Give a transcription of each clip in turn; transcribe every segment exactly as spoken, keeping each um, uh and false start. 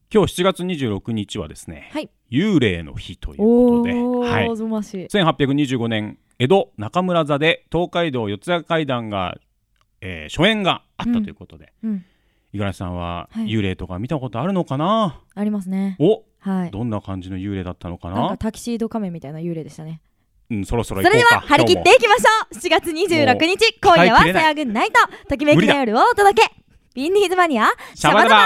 今日しちがつにじゅうろくにちはですね、 はい、 幽霊の日ということで、 おー、 はい、 おぞましい。 せんはっぴゃくにじゅうごねん江戸中村座で東海道四谷怪談が、えー、初演があったということで、 うんうん、 五十嵐さんははい、 幽霊とか見たことあるのかな？ ありますね。 お、 はい、 どんな感じの幽霊だったのかな？ なんかタキシード仮面みたいな幽霊でしたね。 うん、そろそろ行こうか。 それでは張り切っていきましょう。しちがつにじゅうろくにち、今夜はさやぐんナイトときめきの夜をお届け。ビンディーズマニアシャバダバ。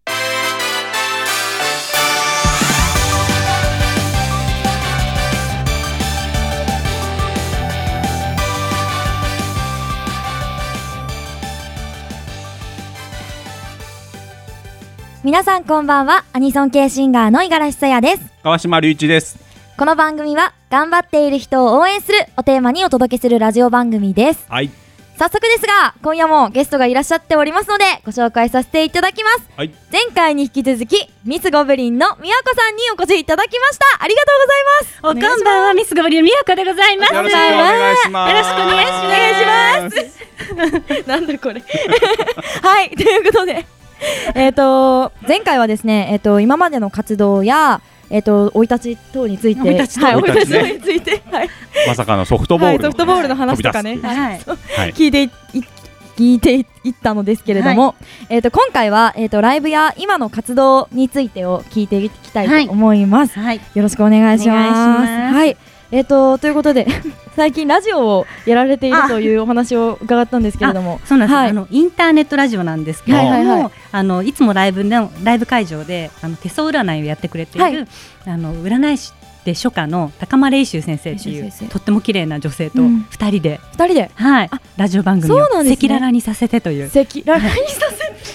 皆さんこんばんは。アニソン系シンガーの五十嵐さやです。 川島隆一です。 この番組は頑張っている人を応援するをテーマにお届けするラジオ番組です。 はい、 早速ですが今夜もゲストがいらっしゃっておりますのでご紹介させていただきます、 はい、 前回に引き続きミスゴブリンの宮子さんにお越しいただきました。ありがとうございます。 おこんばんは、ミスゴブリンの宮子でございます。 よろしくお願いします。 よろしくお願いしますなんだこれはいということでえーと前回はですね、えーと今までの活動やえっ、ー、と生い立ち等について、 生い立ち等、 はい、生い立ち等ねについて、はい、 まさかのソフトボールの、ね、 はい、ソフトボールの話とかね、 はいはい、聞いてい聞いていったのですけれども、はい、えっ、ー、と今回はえっ、ー、とライブや今の活動についてを聞いていきたいと思います。 はい、 よろしくお願いします。 お願いします。 はい。えーとということで最近ラジオをやられているというお話を伺ったんですけれども、 そうなんです、 はい、 あのインターネットラジオなんですけれども、はいはいはい、あのいつもライブのライブ会場であの手相占いをやってくれている、はい、あの占い師で書家の高間玲秀先生というとっても綺麗な女性とふたりで、うん、ふたりで、はい、ラジオ番組を赤裸々にさせてという赤裸々にさせ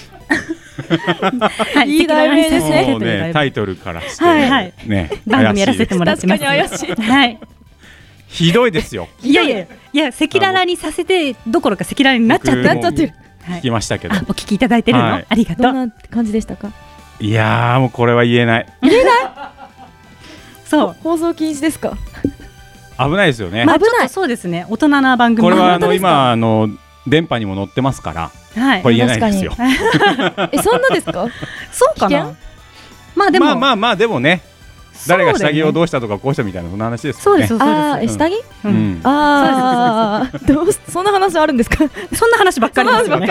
てはい、いい題名ですね。 もうねタイトルからして、 はいはい、 ね番組やらせてもらってます。 確かに怪しい。 はい。 ひどいですよ。 いやいやいや赤裸々にさせてどころか赤裸々になっちゃってなっちゃってる。 聞きましたけど。 お聞きいただいてるの、はい、ありがとう。 どんな感じでしたか。 いやーもうこれは言えない。 言えない。 そう放送禁止ですか。 危ないですよね。 まあ、危ない。そうですね。大人な番組。 これはあの今あの電波にも載ってますから。はい、これ言えないですよ。 え、そんなですか。 そうかな。まあでもまあまあまあでもね、誰が下着をどうしたとかこうしたみたいなそんな話ですよね。 そうです。 ああ、下着？ うん。 ああ、どうそんな話あるんですか。 そんな話ばっかりですよね。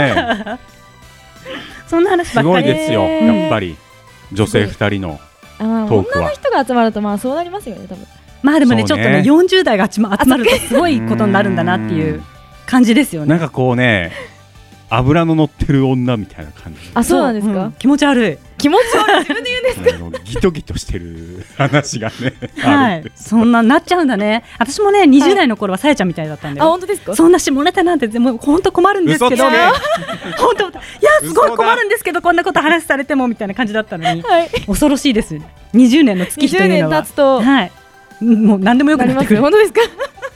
そんな話ばっかり。 すごいですよ。やっぱり女性二人のトークは。 女の人が集まるとまあそうなりますよね多分。 まあでもねちょっとねよんじゅうだいが集まるとすごいことになるんだなっていう感じですよね。 なんかこうね。油の乗ってる女みたいな感じ。 あ、そうなんですか。 気持ち悪い。 気持ち悪い。自分で言うんですか。 ギトギトしてる話がね。 はい。そんななっちゃうんだね。私もねにじゅうだいの頃はさやちゃんみたいだったんで。 あ、本当ですか。 そんな下ネタなんてもう本当困るんですけど。本当。いやすごい困るんですけどこんなこと話されてもみたいな感じだったのに。恐ろしいです。にじゅうねんの月日というのは。にじゅうねん経つと。はい。もう何でもよくなってくる。 本当ですか。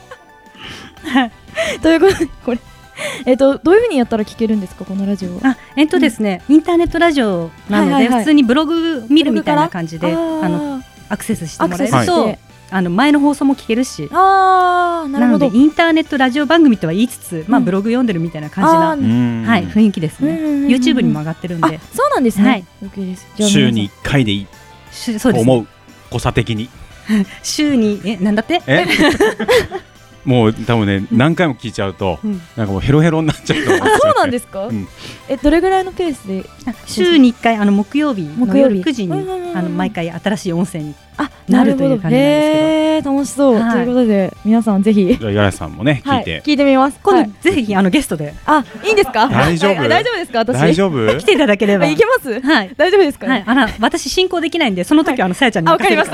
ということでこれ。えっとどういう風にやったら聞けるんですかこのラジオは。 あ、えっとですね、うん、インターネットラジオなので普通にブログ見るみたいな感じであのアクセスしてもらえると、はい、あの前の放送も聞けるし、 あ、なるほど。 なのでインターネットラジオ番組とは言いつつ、まあブログ読んでるみたいな感じな、はい、雰囲気ですね。YouTube にも上がってるんで。 そうなんですね。はい、 週にいっかいでいいと思う。濃さ的に。 週にえなんだって？ えもう多分ね何回も聞いちゃうと、うん、なんかもうヘロヘロになっちゃうと思う、ね。あ、 そうなんですか。うん、えどれぐらいのペースで？ 週にいっかいあの木曜日の夜くじにあの毎回新しい音声になるという感じなんですけど。 へー、楽しそう、はい、ということで皆さんぜひ。 じゃあ柳さんもね聞いて、 はい、聞いてみます。 今度、はい、ぜひあのゲストで。 あ、いいんですか。 大丈夫？ 大丈夫ですか私。 大丈夫？ 来ていただければ。 いけます？はい。大丈夫ですか。 はい。あら私進行できないんでその時はあのさやちゃんに。 わかりました。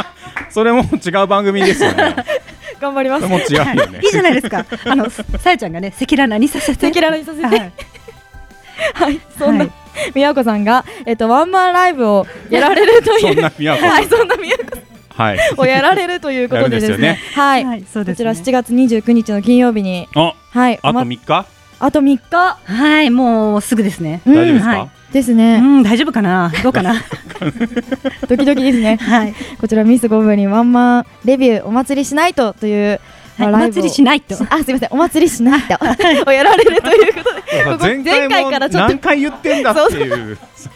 それも違う番組ですよね。 頑張ります。 もう違うよね。 いいじゃないですか。あのさやちゃんがね赤裸々にさせて。 赤裸々にさせて。はい。そんな宮子さんがえっとワンマンライブをやられるという。 そんな宮子さん。 はい。そんな宮子さん。はい。をやられるということでですね。はい。こちらしちがつにじゅうくにちの金曜日に。はい。 あとみっか。 あとみっか。 はい。もうすぐですね。 大丈夫ですか。 ですね。 うん、大丈夫かな。どうかな。 ドキドキですね。はい。こちらミスゴブリンワンマンレビューお祭りしないとという。 お祭りしないと。 あ、すみません。お祭りしないとをやられるということで。 前回からちょっと何回言ってんだっていう。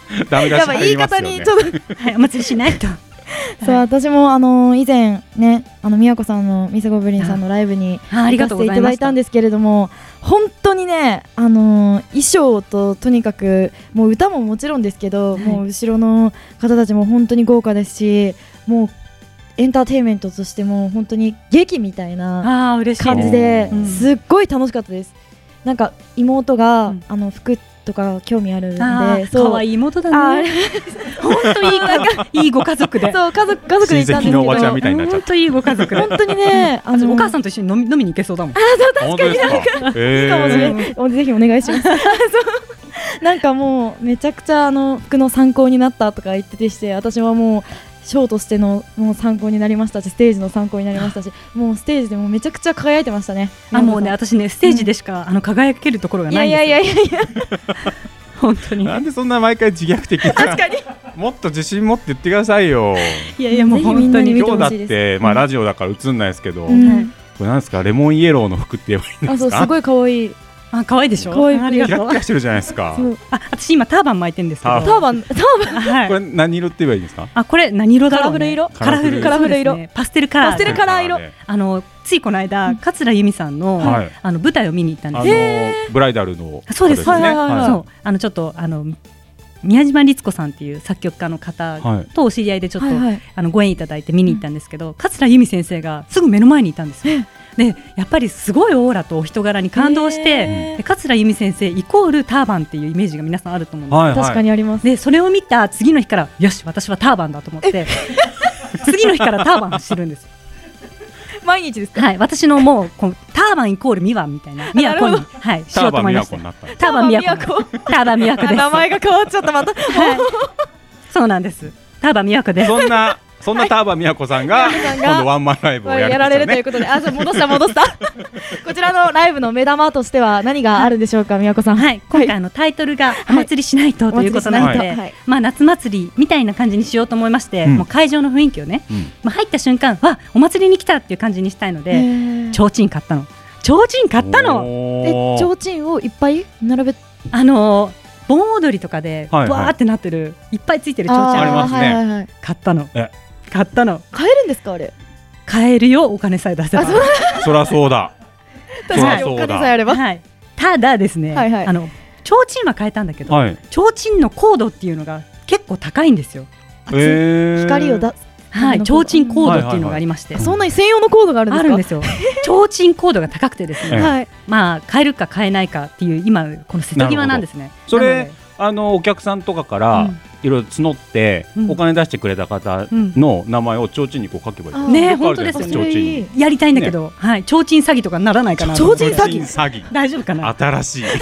ダメ出しやっぱ言い方にちょっとはい、お祭りしないとそう、私もあのー以前ね、あの宮子さんのミスゴブリンさんのライブにああり行かせていただがとうございましたいたんですけれども、本当にね、あのー衣装ととにかくもう歌ももちろんですけど、 はいもう後ろの方たちも本当に豪華ですし、もうエンターテインメントとしても本当に劇みたいなあー嬉しい感じでうんすっごい楽しかったです。なんか妹が、 うんあの服とか興味あるんで、 あーそう可愛い妹だあーね本当いいいいご家族でそう家族家族で行ったんですけど、 親戚のおばちゃんみたいになっちゃっ本当いいご家族で本当にね、あのあのお母さんと一緒に飲み飲みに行けそうだもんた。本当ですか。 いいかもしえれないおぜひお願いします。そうなんかもうめちゃくちゃあの服の参考になったとか言っててして、私はもうショーとしてのもう参考になりましたし、ステージの参考になりましたし、もうステージでもめちゃくちゃ輝いてましたね。 あもうね私ねステージでしか、あの輝けるところがいないんですよ。 やいやいやいやいや、 本当になんでそんな毎回自虐的な。 確かにもっと自信持って言ってくださいよ。 いやいやもうぜひみ本当にんなに見て今日だっほしいですてまあラジオだから映んないですけど、こうんはいれなんですか、レモンイエローの服って言えばいいんあ、 ですか。 そうすごい可愛い。 あ可愛いでしょ。 可愛いありがとうキラッキラしてるじゃないですか。 そうあ私今ターバン巻いてるんですけどタターバンターバンはいこれ何色って言えばいいんですか。 あこれ何色だろうね。 カラフル色カラフルカラフル色そうですねパステルカラーパステルカラー色ねあのついこの間桂由美さんの、 はいあの舞台を見に行ったんあですよ。 のブライダルの方そうですはいはいはいはいそうあのちょっとあの宮島律子さんっていう作曲家の方はいとお知り合いでちょっと、 はいはいあのご縁いただいて見に行ったんですけど、桂由美先生がすぐ目の前にいたんですよ。でやっぱりすごいオーラとお人柄に感動して、 へーで桂由美先生イコールターバンっていうイメージが皆さんあると思うんですよ。 はいはい確かにあります。 でそれを見た次の日からよし私はターバンだと思って次の日からターバン走るんです。 毎日ですか。 はい、私のもうこうターバンイコールミワみたいなミワコに、はい、しようとターバンミ思いました。 ヤコになった。 ターバンミワコターバンミワコターバンミワコです。 名前が変わっちゃったまた。 はい、そうなんです。ターバンミワコです。 そんなそんなターバン美和子さんが美和子さんが今度ワンマンライブをやるんですよね。 やられるということで、あ、そう戻した戻した。こちらのライブの目玉としては何があるんでしょうか、宮子さん。 はい、今回あのタイトルがお祭りしないとということなので、 お祭りしないとはいまあ夏祭りみたいな感じにしようと思いまして、 うんもう会場の雰囲気をね、 うんまあ入った瞬間、わ、お祭りに来たっていう感じにしたいのへで、 ー提灯買ったの。提灯買ったの。 え、 おー提灯をいっぱい並べ。 あのー盆踊りとかではいはいわーってなってる、いっぱいついてる提灯ありますねはいはいはい。 買ったのえ。 買ったの。 買えるんですかあれ。 買えるよ、お金さえ出せば。 あそうそらそうだ。 確かにおそうだ金さえあれば。 はい。ただですね、 はいはいあの提灯は買えたんだけど、 はい。 提灯の高度っていうのが結構高いんですよ。 えー光を出す。 はい、 うん提灯高度っていうのがありまして、 そんなに専用のコードがあるんですか。 あるんですよ。提灯高度が高くてですね、 ええはい。 まあ買えるか買えないかっていう今この瀬戸際なんですね。 それなのであのお客さんとかからうんいろいろ募ってうんお金出してくれた方うんの名前を提灯にこう書けばいい。 あーねよくあるじゃない本当ですよね提灯に。 やりたいんだけど、はい、提灯詐欺とかならないかなと思って。 提灯詐欺詐欺。 大丈夫かな。 新しい。 新し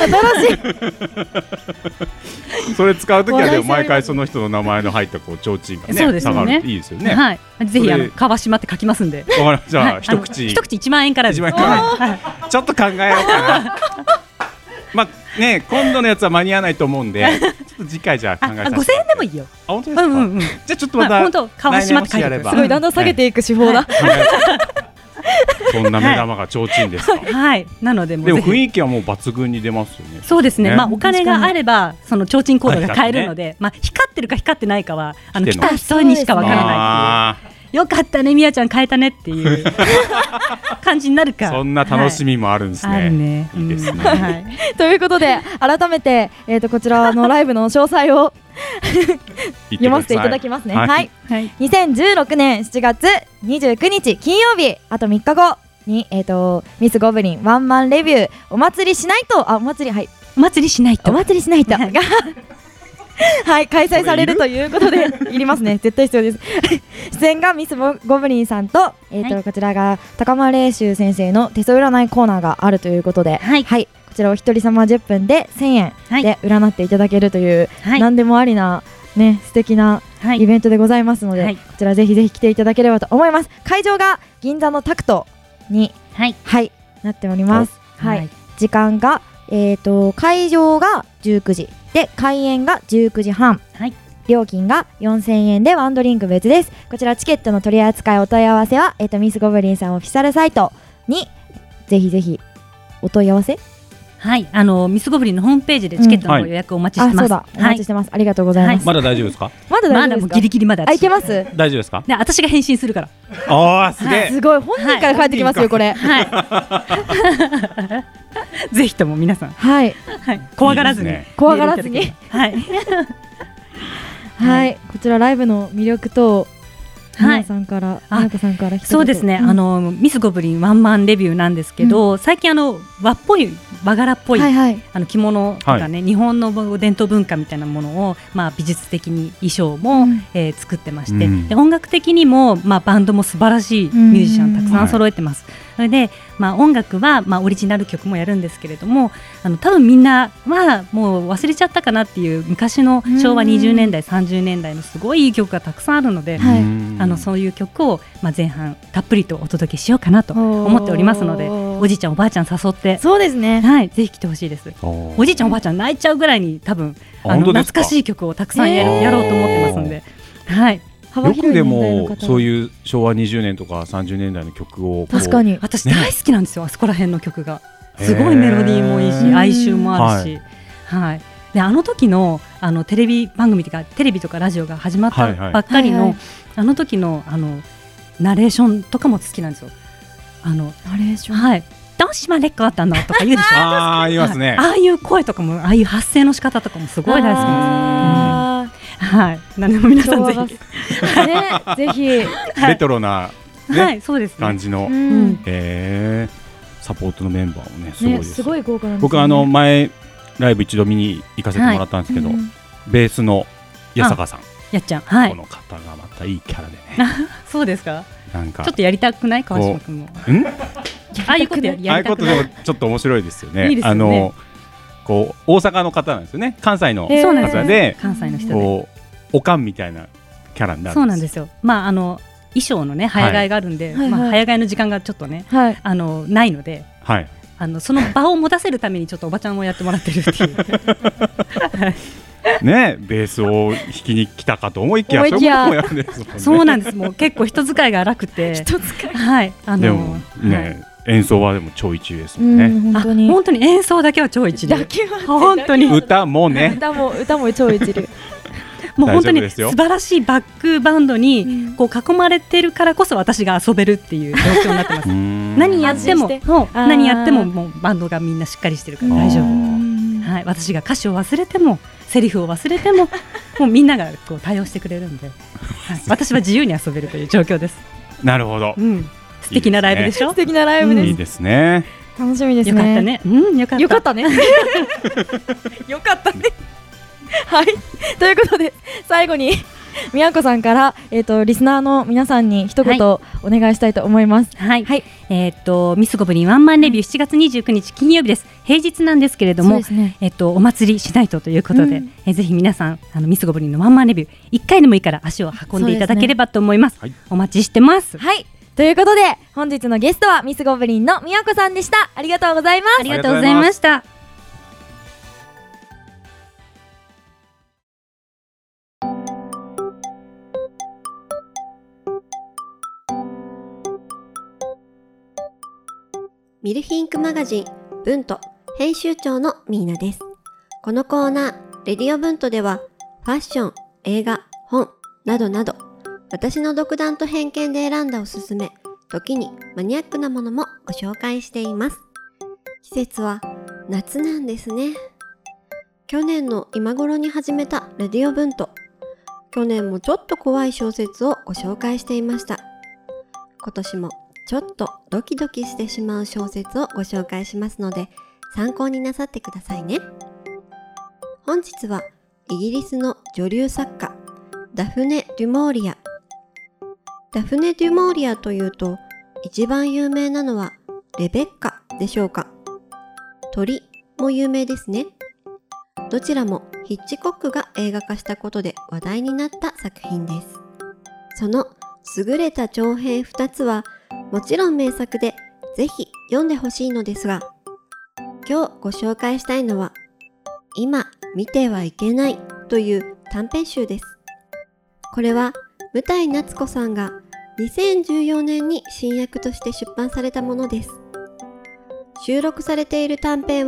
い。 それ使うときはでも笑いされる毎回その人の名前の入ったこう提灯がそうねですよね下がるといいですよね。わはい、ぜひあそれの川島って書きますんで。 かりました。じゃあはい一口あの一口一万円からです。 一万円からはいちょっと考えようかな。まあね今度のやつは間に合わないと思うんで、ちょっと次回じゃあ考えさせて。 あ、五千円でもいいよ。 あ本当ですか。 うんうんうん。 じゃあちょっとまた本当川島って書いてくる。 来年もしやればすごいだんだん下げていく手法だ。 はいそんな目玉が提灯ですか。 はい、なのでもうでもぜひ雰囲気はもう抜群に出ますよね。 そうですね。 ねまあお金があればその提灯コードが買えるので、 はいまあ光ってるか光ってないかはあの来来てんのた人にしかわからないあっていう。よかったね、みやちゃん買えたねっていう感じになるか。 ーそんな楽しみもあるんですはいあるね。 ね。 いいですねうんはい。 ということで改めてえっとこちらのライブの詳細を読ませていただきますね。 はいはい。 はい。 にせんじゅうろくねんしちがつにじゅうくにち金曜日、あとみっかごに、えー、とミスゴブリンワンマンレビューお祭りしないと、あお祭りはいお祭りしないと。 お祭りしないとがはいはい開催されるということでいりますね絶対必要です出演がミスゴブリンさんと、えーとはいこちらが高間霊修先生の手相占いコーナーがあるということで、 はいこちらお一人様じゅっぷんでせんえんはいで占っていただけるという、 はい。 何でもありなね素敵なはい。 イベントでございますので、 はいこちらぜひぜひ来ていただければと思います。会場が銀座のタクトに、 はい。 はい、なっております。はい、 はい時間が、えー、と会場がじゅうくじで開演がじゅうくじはん、 はい。 料金がよんせんえんでワンドリンク別です。こちらチケットの取り扱いお問い合わせは、えー、とミスゴブリンさんオフィシャルサイトにぜひぜひお問い合わせはい、あのミスゴブリンのホームページでチケットの予約お待ちしてます。 あ、そうだ、お待ちしてます。ありがとうございます。 まだ大丈夫ですか？ まだ大丈夫ですか？ まだもうギリギリまだ。 あ、いけます？ 大丈夫ですか？ で、私が返信するから。 ああ、すげえ。 すごい、本人から返ってきますよ、これ。 はい。ぜひとも皆さん、 はい、 怖がらずに、 怖がらずに、 はい、 はい、こちらライブの魅力と。皆さんから、あ、さんからそうですね、あのミスゴブリンワンマンレビューなんですけど、最近あの和っぽい和柄っぽいあの着物とかね、日本の伝統文化みたいなものをまあ美術的に衣装もえ作ってまして、で音楽的にもまあバンドも素晴らしいミュージシャンたくさん揃えてます。それでまあ音楽はまあオリジナル曲もやるんですけれども、あの多分みんなはもう忘れちゃったかなっていう昔の昭和にじゅうねんだいさんじゅうねんだいのすごいいい曲がたくさんあるので、あのそういう曲をまあ前半たっぷりとお届けしようかなと思っておりますので、おじいちゃんおばあちゃん誘って、 そうですね、 はい、ぜひ来てほしいです。おじいちゃんおばあちゃん泣いちゃうぐらいに多分あの懐かしい曲をたくさんやるやろうと思ってますので、はい。 よくでもそういう昭和にじゅうねんとかさんじゅうねんだいの曲を、 確かに私大好きなんですよ、あそこら辺の曲がすごいメロディーもいいし哀愁もあるし、はい、であの時のあのテレビ番組とかテレビとかラジオが始まったばっかりのあの時のあのナレーションとかも好きなんですよ。あのナレーション、 はい、どうしまれっかあったのとか言うでしょ。 ああ、言いますね。 ああいう声とかも、ああいう発声の仕方とかもすごい大好きなんです。はい、何でも皆さんぜひ、 ね、ぜひレトロな、ね、 はい、そうですね、 感じの、 うん、 えー、サポートのメンバーもねすごいです。 ね、すごい豪華なんですね。 僕あの前ライブ一度見に行かせてもらったんですけど、はい、うん、ベースの八坂さん、 やっちゃん、はい、 この方がまたいいキャラでね。 そうですか。 なんかちょっとやりたくない、川島君も。 ん？ ああいうことやりたくない。 ああいうことでもちょっと面白いですよね。 いいですよね。 あのこう大阪の方なんですよね。関西の方で、 関西の人でこうおかんみたいなキャラになるんです。 そうなんですよ。まああの衣装のね早替えがあるんで、はい、まあ早替えの時間がちょっとね、はい、あのないので、はい、あのその場を持たせるためにちょっとおばちゃんをやってもらってるっていう。ね、 ベースを弾きに来たかと思いきや、そういうこともやるんですもんね。 そうなんです。もう結構人使いが荒くて、 人使い、 はい、あのでもね、はい、演奏はでも超一流ですもんね。 本当に本当に演奏だけは超一流。本当に歌もね、 歌も歌も超一流。 もう本当に素晴らしいバックバンドにこう囲まれてるからこそ私が遊べるっていう状況になってます。何やっても何やってももうバンドがみんなしっかりしてるから大丈夫。はい、私が歌詞を忘れてもセリフを忘れてももうみんながこう対応してくれるんで、はい、私は自由に遊べるという状況です。 なるほど、 うん、素敵なライブでしょ。 素敵なライブです。 いいですね。 楽しみですね。 よかったね。うん、よかった。 よかったね。よかったね。はい、ということで最後にみやこさんから、えー、とリスナーの皆さんに一言お願いしたいと思います。 はい、はい、えー、とミスゴブリンワンマンレビューしちがつにじゅうくにち金曜日です。平日なんですけれども、ね、えー、とお祭りしないとということで、うん、えー、ぜひ皆さんあのミスゴブリンのワンマンレビューいっかいでもいいから足を運んでいただければと思います。はい、お待ちしてます。 はい、ということで本日のゲストはミスゴブリンのみやこさんでした。ありがとうございます。 ありがとうございました。 ミルヒンクマガジンブント編集長のミーナです。このコーナーレディオブントではファッション、映画、本などなど私の独断と偏見で選んだおすすめ、時にマニアックなものもご紹介しています。季節は夏なんですね。去年の今頃に始めたレディオブント、去年もちょっと怖い小説をご紹介していました。今年もちょっとドキドキしてしまう小説をご紹介しますので参考になさってくださいね。本日はイギリスの女流作家ダフネ・デュモーリア。ダフネ・デュモーリアというと一番有名なのはレベッカでしょうか。鳥も有名ですね。どちらもヒッチコックが映画化したことで話題になった作品です。その優れた長編ふたつはもちろん名作でぜひ読んでほしいのですが、今日ご紹介したいのは今見てはいけないという短編集です。これは向井夏子さんがにせんじゅうよねんに新訳として出版されたものです。収録されている短編は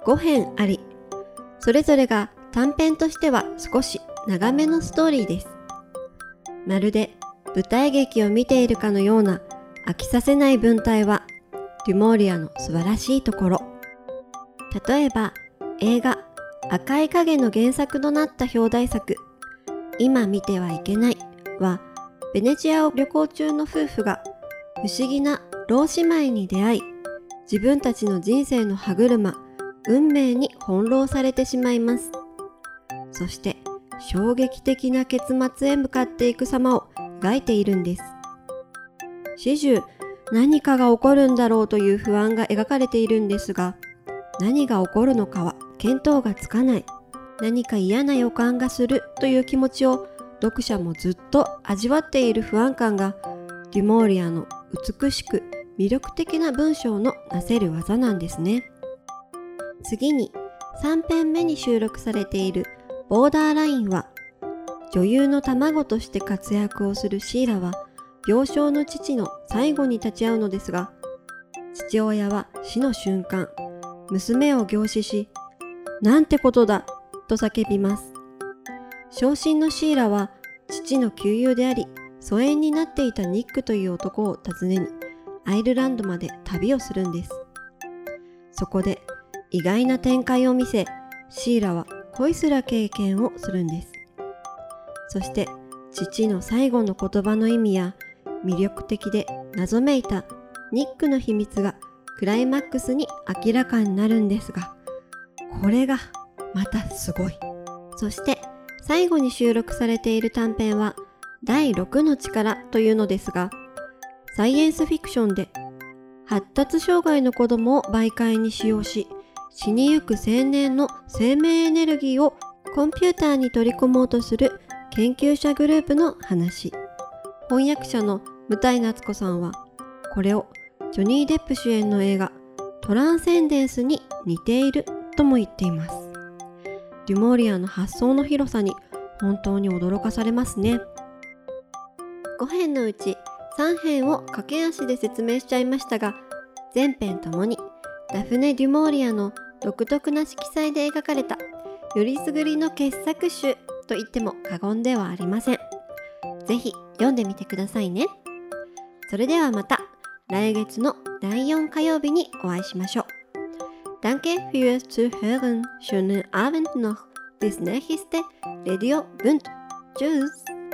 ごへんあり、それぞれが短編としては少し長めのストーリーです。まるで舞台劇を見ているかのような飽きさせない文体はデュモーリアの素晴らしいところ。例えば映画赤い影の原作となった表題作今見てはいけないは、ベネチアを旅行中の夫婦が不思議な老姉妹に出会い、自分たちの人生の歯車、運命に翻弄されてしまいます。そして衝撃的な結末へ向かっていく様を描いているんです。始終何かが起こるんだろうという不安が描かれているんですが、何が起こるのかは見当がつかない。何か嫌な予感がするという気持ちを読者もずっと味わっている不安感がデュモーリアの美しく魅力的な文章のなせる技なんですね。次にさん編目に収録されているボーダーラインは、女優の卵として活躍をするシーラは病床の父の最後に立ち会うのですが、父親は死の瞬間娘を凝視し、なんてことだと叫びます。傷心のシーラは父の旧友であり疎遠になっていたニックという男を訪ねにアイルランドまで旅をするんです。そこで意外な展開を見せ、シーラは恋すら経験をするんです。そして父の最後の言葉の意味や魅力的で謎めいたニックの秘密がクライマックスに明らかになるんですが、これがまたすごい。そして最後に収録されている短編はだいろくの力というのですが、サイエンスフィクションで発達障害の子供を媒介に使用し、死にゆく青年の生命エネルギーをコンピューターに取り込もうとする研究者グループの話。翻訳者の向井夏子さんはこれをジョニー・デップ主演の映画トランセンデンスに似ているとも言っています。デュモーリアの発想の広さに本当に驚かされますね。ご編のうちさん編を駆け足で説明しちゃいましたが、全編ともにダフネ・デュモーリアの独特な色彩で描かれたよりすぐりの傑作集と言っても過言ではありません。ぜひ読んでみてくださいね。それではまた来月のだいよん火曜日にお会いしましょう。Danke fürs Zuhören. Schönen Abend noch. Bis nächste Radio Bund. Tschüss.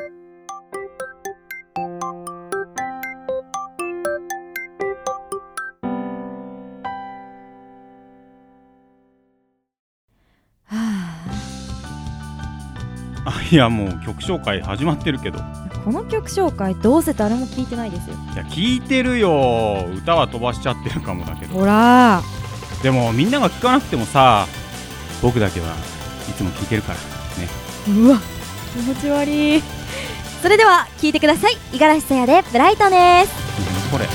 あ、いやもう曲紹介始まってるけど。 この曲紹介どうせ誰も聞いてないですよ。 いや聞いてるよ。歌は飛ばしちゃってるかもだけど。 ほらでもみんなが聞かなくてもさ、僕だけはいつも聞いてるからね。 うわ気持ち悪い。 それでは聞いてください。五十嵐さやでブライトネス。 何これ。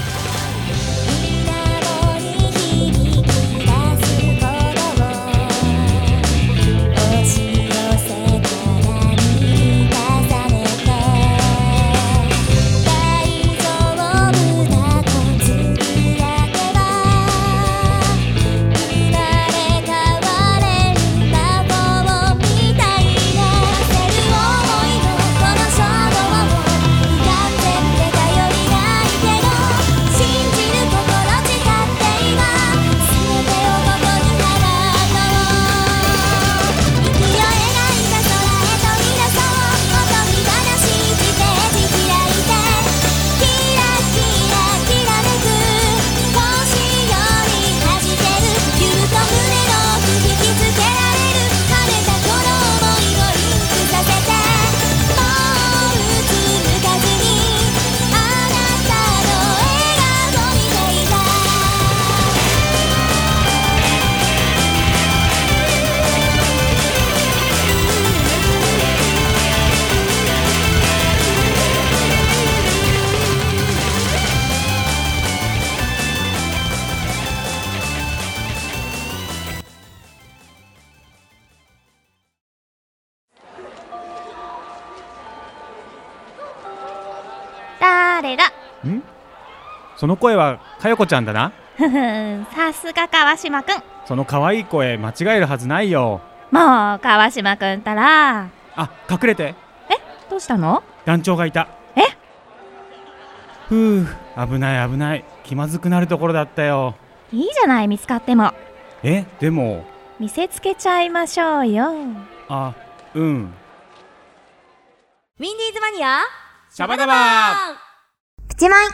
誰だ。 ん？その声はかよこちゃんだな。 ふふん、さすが川島くん。 その可愛い声間違えるはずないよ。 もう川島くんたら。 あ、隠れて。 え、どうしたの？ 団長がいた。 え？ ふう、危ない危ない。気まずくなるところだったよ。 いいじゃない、見つかっても。 え、でも見せつけちゃいましょうよ。 あ、うん。 ウィンディーズマニアシャバダバプチマイ。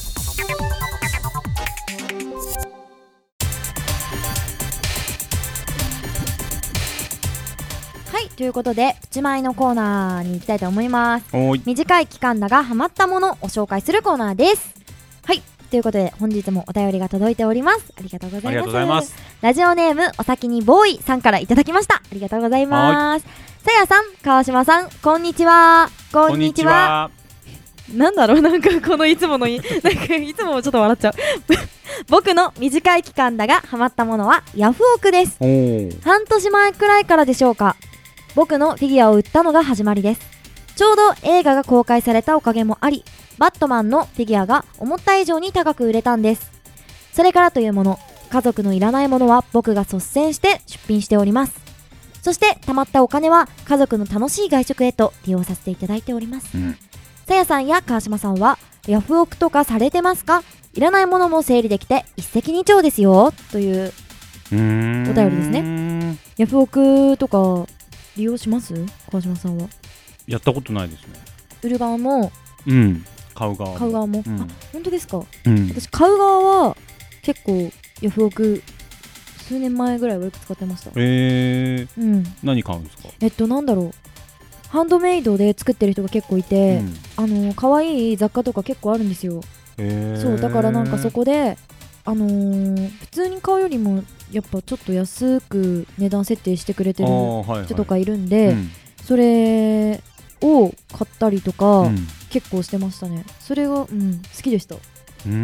はい、ということでプチマイのコーナーに行きたいと思います。 おい。 短い期間だがハマったものを紹介するコーナーです。はい、ということで本日もお便りが届いております。ありがとうございます。 ありがとうございます。 ラジオネームお先にボーイさんからいただきました。ありがとうございます。さやさん、川島さん、こんにちは。こんにちは。なんだろう、なんかこのいつものいなんかいつもちょっと笑っちゃう僕の短い期間だがハマったものはヤフオクです。半年前くらいからでしょうか。僕のフィギュアを売ったのが始まりです。ちょうど映画が公開されたおかげもあり、バットマンのフィギュアが思った以上に高く売れたんです。それからというもの、家族のいらないものは僕が率先して出品しております。そして貯まったお金は家族の楽しい外食へと利用させていただいております。さやさんや川島さんはヤフオクとかされてますか？いらないものも整理できて一石二鳥ですよ、というお便りですね。ヤフオクとか利用します？川島さんは。 やったことないですね。 売る側も、 うん、買う側も。 買う側も、 うん、 あ、本当ですか、 うん、 私買う側は結構ヤフオク数年前ぐらいはよく使ってました。 えー、うん、何買うんですか？ えっとなんだろう、ハンドメイドで作ってる人が結構いて、うん、あの可愛い雑貨とか結構あるんですよ。えー、そうだからなんかそこであのー、普通に買うよりもやっぱちょっと安く値段設定してくれてる人とかいるんで、はいはい、うん、それを買ったりとか、うん、結構してましたね。それが、うん、好きでした。うーん、うん、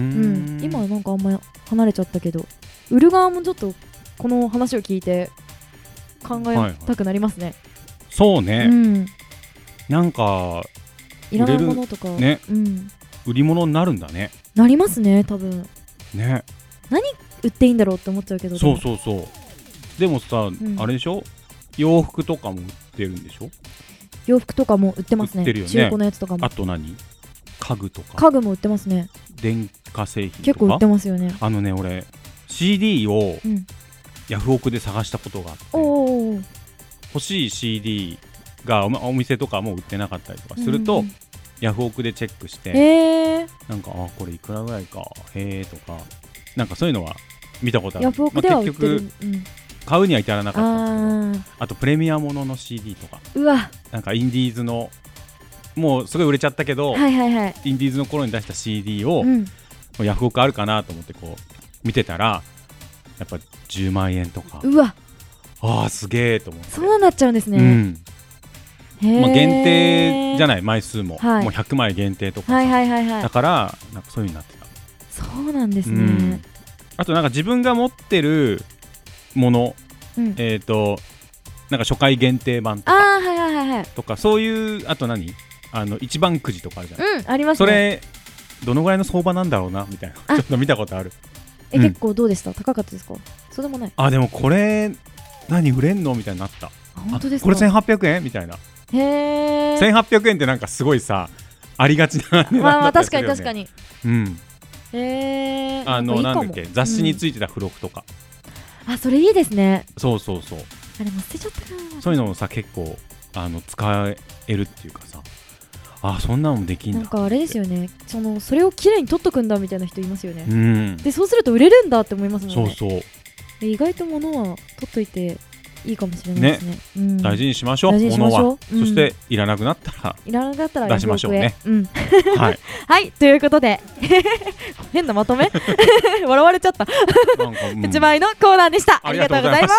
今はなんかあんま離れちゃったけど、売る側もちょっとこの話を聞いて考えたくなりますね。はいはい、 そうね、うん、なんかいらないものとか、 ね、うん、売り物になるんだね。 なりますね、多分ね。 何売っていいんだろうって思っちゃうけど。 そうそうそう。でもさ、うん、あれでしょ、洋服とかも売ってるんでしょ。 洋服とかも売ってますね。 売ってるよね。 中古のやつとかも。 あと何、家具とか。 家具も売ってますね。 電化製品とか結構売ってますよね。 あのね、俺 シーディー をヤフオクで探したことがあって、うん、おー、欲しい シーディー が お, お店とかも売ってなかったりとかすると、うん、ヤフオクでチェックして、 えー、 なんかあこれいくらぐらいかへーとか、なんかそういうのは見たことある。 ヤフオクでは売ってる、 まあ、結局、うん、買うには至らなかったんですけど、 あ, あとプレミアものの シーディー とか、 うわ、 なんかインディーズのもうすごい売れちゃったけど、 はいはいはい、 インディーズの頃に出した シーディー を、うん、ヤフオクあるかなと思ってこう見てたらやっぱじゅうまんえんとか、 うわ、 あーすげーと思って。 そうなっちゃうんですね。うん、 へまあ、限定じゃない、枚数も、はい、もうひゃくまい限定とかさ、 はいはいはいはい、 だからなんかそういう風になってた。 そうなんですね。うん、 あとなんか自分が持ってるもの、うん、えっ、ー、となんか初回限定版とか、 あー、はいはいはいはい、 とかそういう、あと何あの一番くじとかあるじゃん。 うん、ありますね。 それどのぐらいの相場なんだろうなみたいなちょっと見たことある。 え、うん、結構どうでした？高かったですか？そうでもない。 あ、でもこれ何売れんのみたいになった。 本当ですか？ これせんはっぴゃくえんみたいな。 へー、 せんはっぴゃくえんってなんかすごいさありがちな値段だったりするよね。 まあまあ確かに確かに。 うん。 へー、 あのなんだっけ、雑誌についてた付録とか、 うん、あ、それいいですね。 そうそうそう。 あれも捨てちゃったな。 そういうのもさ結構あの使えるっていうかさ、あ、そんなのもできんだ。 なんかあれですよね、そのそれをきれいに取っとくんだみたいな人いますよね。 うん、 でそうすると売れるんだって思いますもんね。 そうそう。 で意外と物は取っといていいかもしれないですね。ね、うん、 大事にしましょう。物は、うん、そしていらなくなったらいらなくなったら出しましょうね。 うん、はい、はい、ということで変なまとめ笑われちゃった。プチマイのコーナーでした。ありがとうございます。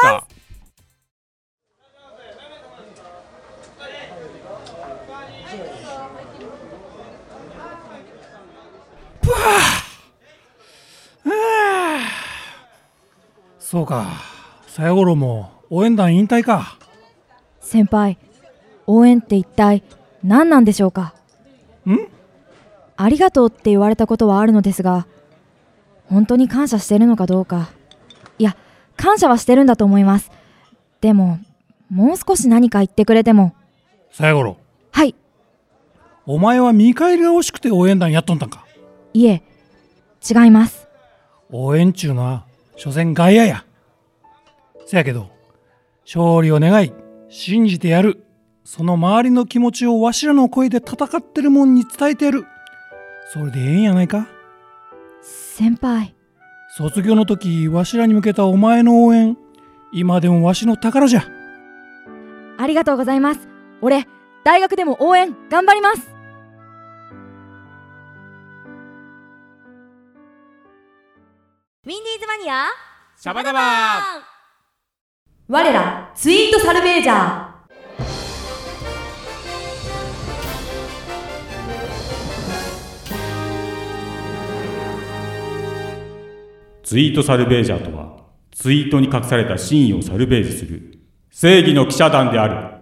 そうか、さやごろも応援団引退か。 先輩、応援って一体何なんでしょうか？ ん？ ありがとうって言われたことはあるのですが、 本当に感謝してるのかどうか。いや、感謝はしてるんだと思います。でももう少し何か言ってくれても。 さやごろ。 はい。 お前は見返りが欲しくて応援団やっとんたんか。 いえ、違います。 応援ちゅうのは所詮外野や。せやけど勝利を願い信じてやる、その周りの気持ちをわしらの声で戦ってるもんに伝えてやる、それでええんやないか。 先輩、 卒業の時わしらに向けたお前の応援、今でもわしの宝じゃ。 ありがとうございます。俺大学でも応援頑張ります。 ウィンディーズマニアシャバダバー。 我らスイートサルベージャー。 ツイートサルベージャーとは、ツイートに隠された真意をサルベージする正義の記者団である。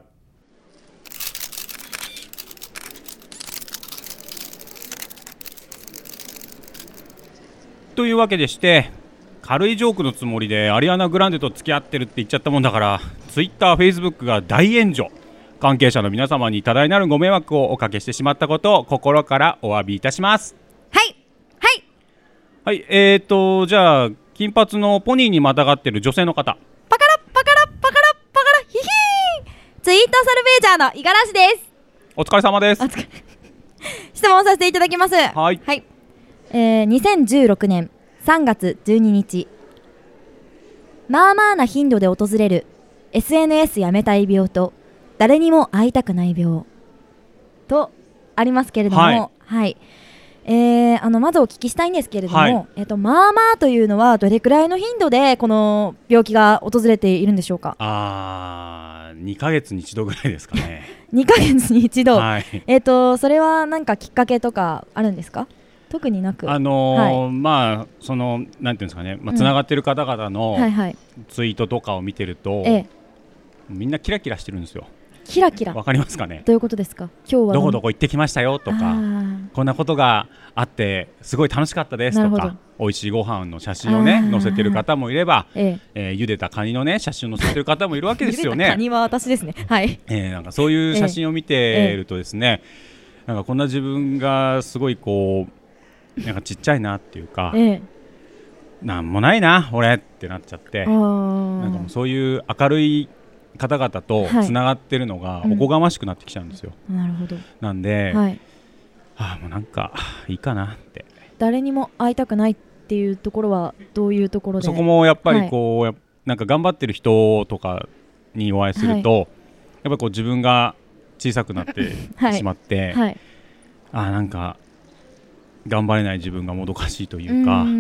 というわけでして、軽いジョークのつもりでアリアナ・グランデと付き合ってるって言っちゃったもんだから、ツイッター、フェイスブックが大炎上。関係者の皆様に多大なるご迷惑をおかけしてしまったことを心からお詫びいたします。 はいはいはい、えーとじゃあ金髪のポニーにまたがってる女性の方。 パカラパカラパカラパカラヒヒー。ツイートサルベージャーの五十嵐です。 お疲れ様です。 質問させていただきます。 はい、 はい。えー、にせんじゅうろくねんさんがつじゅうににち、まあまあな頻度で訪れる エスエヌエス やめたい病と誰にも会いたくない病とありますけれども、はい、はい、えー、あのまずお聞きしたいんですけれども、はい、えーと、まあまあというのはどれくらいの頻度でこの病気が訪れているんでしょうか。 あー、にかげつにいちどぐらいですかね。 にかげつにいちど、 はい、 えーとそれは何かきっかけとかあるんですか。特になく、 あのーはい、まあそのなんていうんですかね、まあ、つながってる方々のツイートとかを見てると、ええ、みんなキラキラしてるんですよ。 キラキラ、 わかりますかね。 どういうことですか。今日はどこどこ行ってきましたよとか、こんなことがあってすごい楽しかったですとか、美味しいご飯の写真をね載せてる方もいれば、えええー、茹でたカニのね写真を載せてる方もいるわけですよね。 茹でたカニは私ですね。はい、 えー、なんかそういう写真を見てるとですね、ええ、なんかこんな自分がすごいこうなんかちっちゃいなっていうか、ええ、なんもないな俺ってなっちゃって、なんかもうそういう明るい方々とつながってるのがおこがましくなってきちゃうんですよ。 うん、なるほど。 なんで、はい、あもうなんかいいかなって。誰にも会いたくないっていうところはどういうところで。 そこもやっぱりこう、はい、なんか頑張ってる人とかにお会いすると、はい、やっぱりこう自分が小さくなってしまって、はいはい、あなんか頑張れない自分がもどかしいというか、うんうんうん、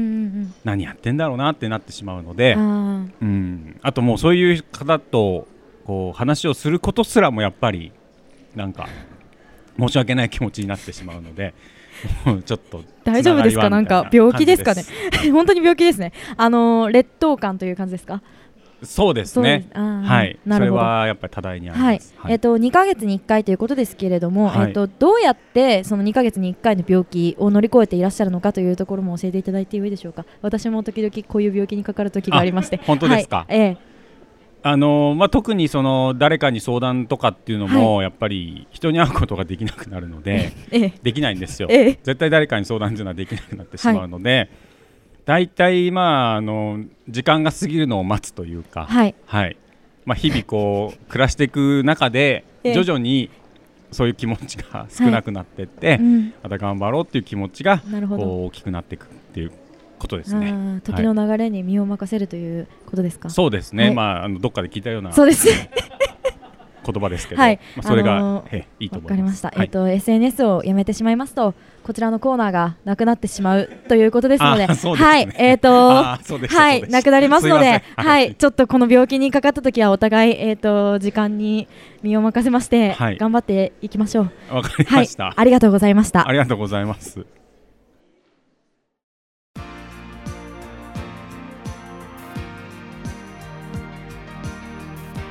何やってんだろうなってなってしまうので、 あ,、うん、あともうそういう方とこう話をすることすらもやっぱりなんか申し訳ない気持ちになってしまうのでもうちょっと大丈夫ですか。なんか病気ですかね。本当に病気ですね。あの劣等感という感じですか。 そうですね。はい。それはやっぱり多大にあります。はい。 はい、えっとにかげつにいっかいということですけれども、はい、えっとどうやってそのにかげつにいっかいの病気を乗り越えていらっしゃるのかというところも教えていただいていいでしょうか。私も時々こういう病気にかかる時がありまして。 本当ですか。はい、ええ。あのーまあ、特にその誰かに相談とかっていうのも、はい、やっぱり人に会うことができなくなるので、ええ、できないんですよ。ええ、絶対誰かに相談というのはできなくなってしまうので。はい、だいたいまああの時間が過ぎるのを待つというか、はいはいまあ、日々こう暮らしていく中で徐々にそういう気持ちが少なくなっていって、はいうん、また頑張ろうっていう気持ちがこう大きくなっていくっていうことですね。 あ時の流れに身を任せるということですか。 そうですね、はい、まあ、あのどっかで聞いたようなそうです言葉ですけど、はいまあ、それが、あのー、いいと思います。わかりました、 はいえー、と エスエヌエス をやめてしまいますとこちらのコーナーがなくなってしまうということですので、 そうですね、 はいえーとはいなくなりますので、はい、はい、ちょっとこの病気にかかった時はお互い、えー、と時間に身を任せまして、はい、頑張っていきましょう。 わかりました、 はい、ありがとうございました。 ありがとうございます。 は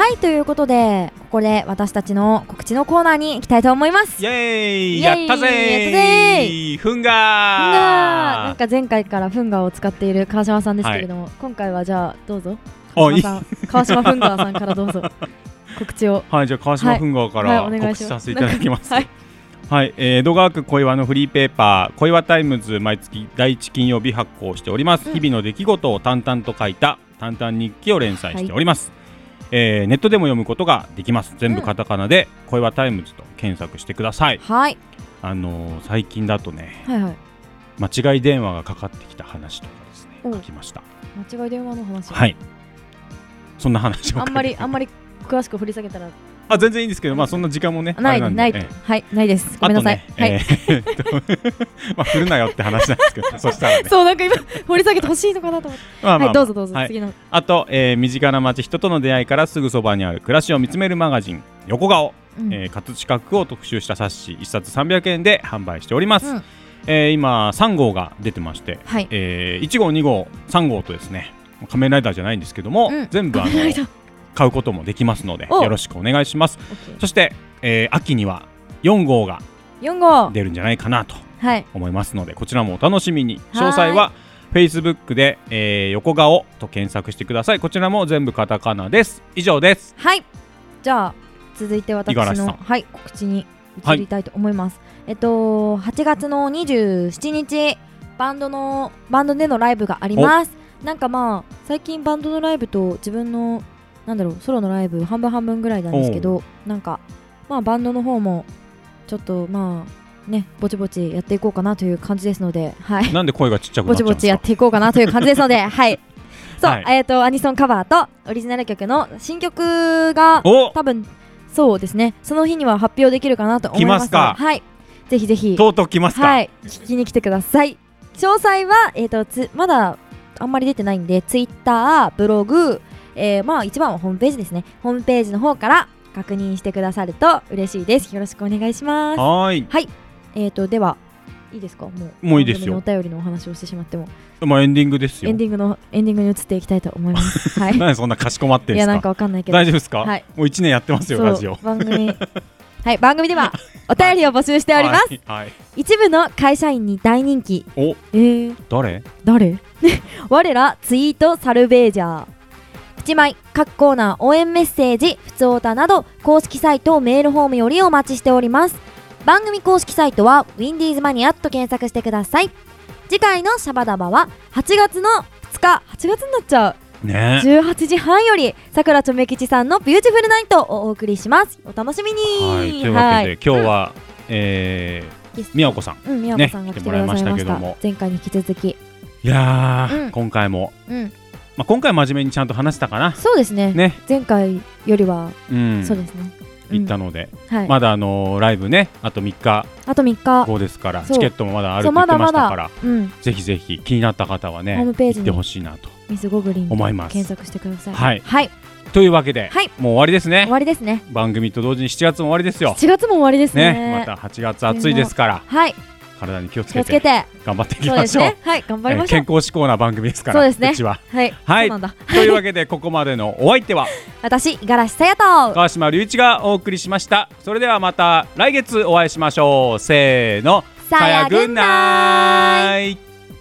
はい、ということでここで私たちの告知のコーナーに行きたいと思います。 イエーイ、 イエーイやったぜー、 やったぜーフンガー。 フンガーなんか前回からフンガーを使っている川島さんですけれども、はい、今回はじゃあどうぞ川島さん川島フンガーさんからどうぞ告知を。 はい、じゃあ川島フンガーから、はい、告知させていただきます。はい、はい、えー、江戸川区小岩のフリーペーパー小岩タイムズ、毎月だいいち金曜日発行しております、うん、日々の出来事を淡々と書いた淡々日記を連載しております、はい、えー、ネットでも読むことができます。全部カタカナで、うん、小岩タイムズと検索してください。 はい、 あのー、最近だとね、 はいはい、 間違い電話がかかってきた話とかですね、書きました。 間違い電話の話、 はい、そんな話をあんまりあんまり詳しく掘り下げたらあ全然いいんですけど、まあそんな時間もねないなんない、ええ、はいないです。ごめんなさい。 あとね、はい、えー、まあ振るなよって話なんですけどそしたらねそうなんか今掘り下げてほしいのかなと思って、まあまあまあ、はい、どうぞどうぞ、はい、次のあと、えー、身近な街人との出会いからすぐそばにある暮らしを見つめるマガジン横顔、うん、えー、葛飾区を特集した冊子いっさつさんびゃくえんで販売しております、うん、えー、今さん号が出てまして、はい、えー、いち号に号さん号とですね仮面ライダーじゃないんですけども、うん、全部あの買うこともできますのでよろしくお願いします。そして、えー、秋にはよん号が出るんじゃないかなと思いますので、はい、こちらもお楽しみに。詳細は Facebook で、えー、横顔と検索してください。こちらも全部カタカナです。以上です。 はい、じゃあ続いて私の、はい、告知に移りたいと思います、はい、えっとはちがつのにじゅうしちにちバンドのバンドでのライブがあります。なんかまあ最近バンドのライブと自分のなんだろうソロのライブ半分半分ぐらいなんですけど、なんかまあバンドの方もちょっとまあねぼちぼちやっていこうかなという感じですので、はい、 なんで声がちっちゃくなっちゃうんですか。 ぼちぼちやっていこうかなという感じですのではいそう、はい、えーとアニソンカバーとオリジナル曲の新曲が多分そうですねその日には発表できるかなと思いますので、 来ますか。 はい、ぜひぜひとうとう来ますか。 はい、聞きに来てください。詳細はえーとつまだあんまり出てないんでツイッターブログ、えー、まあ一番はホームページですね。ホームページの方から確認してくださると嬉しいです。よろしくお願いします。 はい、 はい、えーとではいいですか。もうもういいですよ。 お便りのお話をしてしまっても、 まあエンディングですよ。 エンディングのエンディングに移っていきたいと思います。はい。 なんでそんなかしこまってんですか。 いやなんかわかんないけど大丈夫ですか。はい、もういちねんやってますよラジオ番組はい番組ではお便りを募集しております。はいはい、一部の会社員に大人気。 お、 えー、 誰誰我らツイートサルベージャープチマイ各コーナー応援メッセージふつおたなど公式サイトメールフォームよりお待ちしております。番組公式サイトはウィンディーズマニアと検索してください。次回のシャバダバははちがつのふつかはちがつになっちゃう、ね、じゅうはちじはんよりさくらちょめきちさんのビューティフルナイトをお送りします。お楽しみに。 はい、というわけで、はい、今日は、うん、えー、みやこさん、 うん、みやこさんが来てくださいました。ね、来てもらいましたけども前回に引き続きいやー、うん、今回も、うんまあ、今回真面目にちゃんと話したかな。 そうですね。ね前回よりは、うん、そうですね行ったので、うんはい、まだあのー、ライブねあとみっかあとみっかごですからチケットもまだあるって言ってましたから、 うん、 ぜひぜひ気になった方はねホームページに行ってほしいなとミスゴブリンで思います。 検索してください。 はい、 はい、 というわけで、はい、もう終わりですね。 終わりですね。 番組と同時にしちがつも終わりですよ。 しちがつも終わりです ね, ねまたはちがつ暑いですからはい体に気をつけて頑張っていきましょう。 ね、はい頑張りましょう、 えー、健康志向な番組ですから。 そうですねうちははい、 はい、 そうなんだというわけでここまでのお相手は私五十嵐さやと川島隆一がお送りしました。それではまた来月お会いしましょう。せーのさやぐんなーい。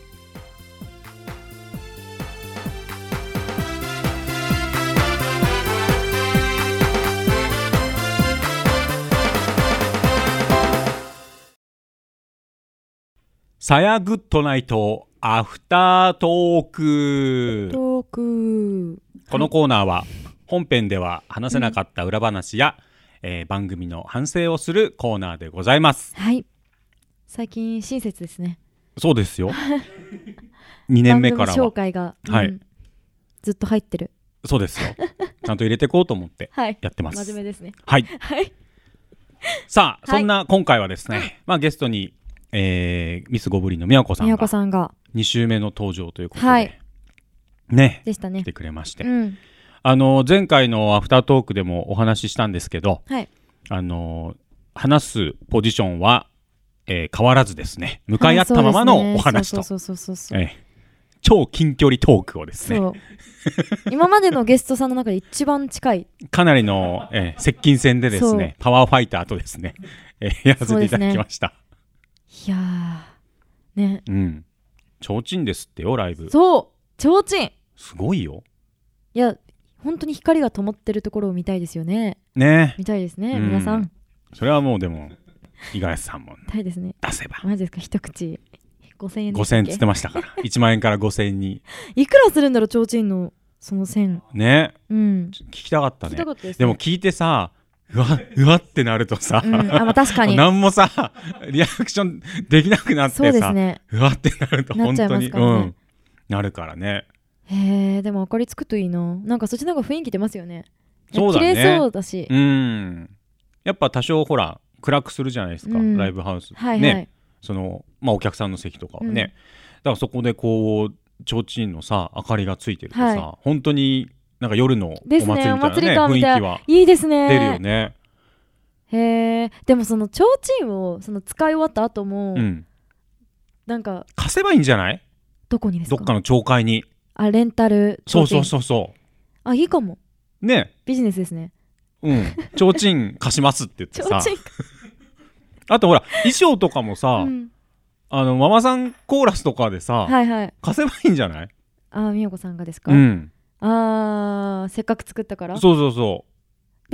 さやグッドナイトアフタートークトークこのコーナーは本編では話せなかった裏話や、うんえー、番組の反省をするコーナーでございます。 はい、最近親切ですね。 そうですよにねんめからは番組紹介が、うんはい、ずっと入ってる。 そうですよちゃんと入れていこうと思ってやってます、 はい、真面目ですね。 はい、 はい、 さあそんな今回はですね、はいまあ、ゲストにえー、ミスゴブリンのみやこさんがさんがに週目の登場ということで、 はい、 ねでしたね来てくれまして、 うん、 あの前回のアフタートークでもお話ししたんですけど、 はい、 あの話すポジションは、えー、変わらずですね向かい合ったままのお話と超近距離トークをですね、 そう今までのゲストさんの中で一番近いかなりの、えー、接近戦でですねパワーファイターとですね、えー、やらせていただきました。 ね、いやーね、 うん、提灯ですってよライブ。 そう提灯すごいよ。 いや本当に光が灯ってるところを見たいですよね。 ね見たいですね、 うん、 皆さん。 それはもうでも五十嵐さんも見たいですね。 出せば。 マジですか。一口ごせんえんでごせんえんつってましたからいちまんえんからごせんえんにいくらするんだろう提灯のその線ね、 うん、 聞きたかったね。 聞きたかったですね。 でも聞いてさうわうわってなるとさ、 うん、あ、まあ、確かに何もさリアクションできなくなってさ、 そうですね、 うわってなると本当になっちゃいますからね、うん、 なるからね。 へえ、でも明かりつくといいな。なんかそっちの方が雰囲気出ますよね。 そうだね、 綺麗そうだし、 うん、やっぱ多少ほら暗くするじゃないですか、うん、ライブハウス、 はいはい、 ね、そのまあお客さんの席とかはね、うん、だからそこでこう提灯のさ明かりがついてるとさ、はい、本当になんか夜のお祭りみたいな、ね、 お祭り感みたいな雰囲気はいいですね。 出るよね。 へえ。でもその提灯をその使い終わった後も、うん、なんか貸せばいいんじゃない？ どこにですか？ どっかの町会に。 あ、レンタル提灯。そうそうそうそう。 あ、いいかもね。 ビジネスですね。 うん提灯貸しますって言ってさあとほら衣装とかもさ、うん、あのママさんコーラスとかでさ、 はいはい、 貸せばいいんじゃない？ あ、みよこさんがですか？ うん、 あー、せっかく作ったから。 そうそうそう。